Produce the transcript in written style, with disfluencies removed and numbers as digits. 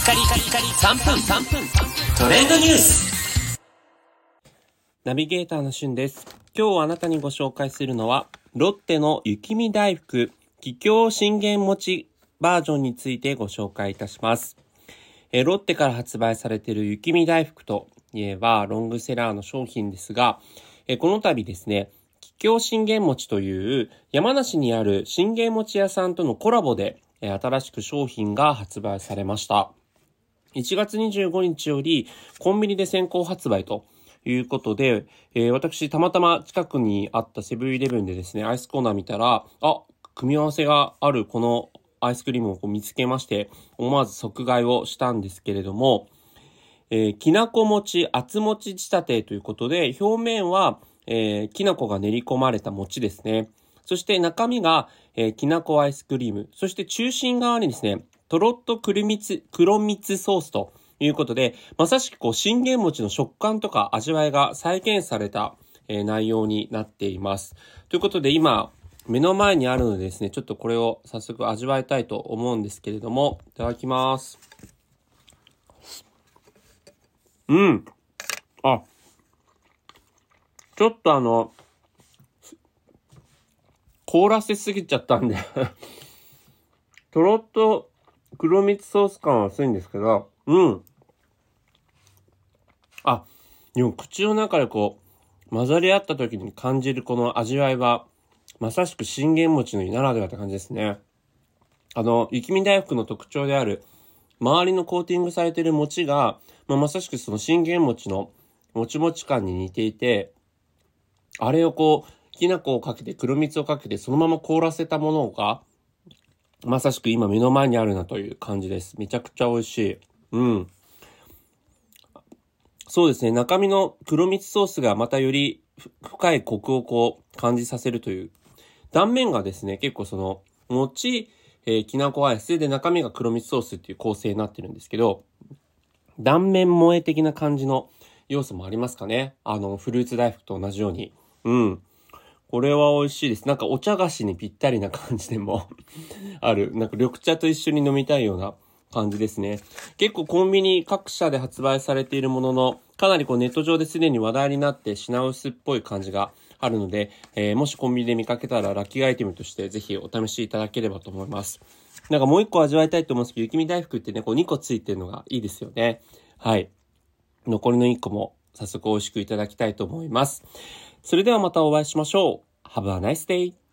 カリカリカリ3分トレンドニュース。 ナビゲーターのしゅんです。今日あなたにご紹介するのはロッテの雪見大福桔梗信玄餅バージョンについてご紹介いたします。ロッテから発売されている雪見大福といえばロングセラーの商品ですが、この度ですね、桔梗信玄餅という山梨にある信玄餅屋さんとのコラボで新しく商品が発売されました。1月25日よりコンビニで先行発売ということで、私たまたま近くにあったセブンイレブンでですね、アイスコーナー見たら、組み合わせがあるこのアイスクリームを見つけまして、思わず即買いをしたんですけれども、きなこ餅、厚餅仕立てということで、表面は、きなこが練り込まれた餅ですね。そして中身が、きなこアイスクリーム。そして中心側にですね、とろっと黒蜜ソースということで、まさしく信玄餅の食感とか味わいが再現された、内容になっています。ということで今、目の前にあるのでですね、ちょっとこれを早速味わいたいと思うんですけれども、いただきます。ちょっと凍らせすぎちゃったんでとろっと黒蜜ソース感は薄いんですけど、でも口の中で混ざり合った時に感じるこの味わいは、まさしく信玄餅のならではって感じですね。雪見大福の特徴である、周りのコーティングされている餅が、まさしくその信玄餅のもちもち感に似ていて、あれをきな粉をかけて黒蜜をかけてそのまま凍らせたものが、まさしく今目の前にあるなという感じです。めちゃくちゃ美味しい。そうですね。中身の黒蜜ソースがまたより深いコクを感じさせるという。断面がですね、結構その、餅、きなこアイスで中身が黒蜜ソースっていう構成になってるんですけど、断面萌え的な感じの要素もありますかね。フルーツ大福と同じように。これは美味しいです。なんかお茶菓子にぴったりな感じでもある。なんか緑茶と一緒に飲みたいような感じですね。結構コンビニ各社で発売されているものの、かなりネット上ですでに話題になって品薄っぽい感じがあるので、もしコンビニで見かけたらラッキーアイテムとしてぜひお試しいただければと思います。なんかもう一個味わいたいと思うんですけど、雪見大福ってね、2個ついてるのがいいですよね。はい。残りの1個も早速美味しくいただきたいと思います。それではまたお会いしましょう。Have a nice day!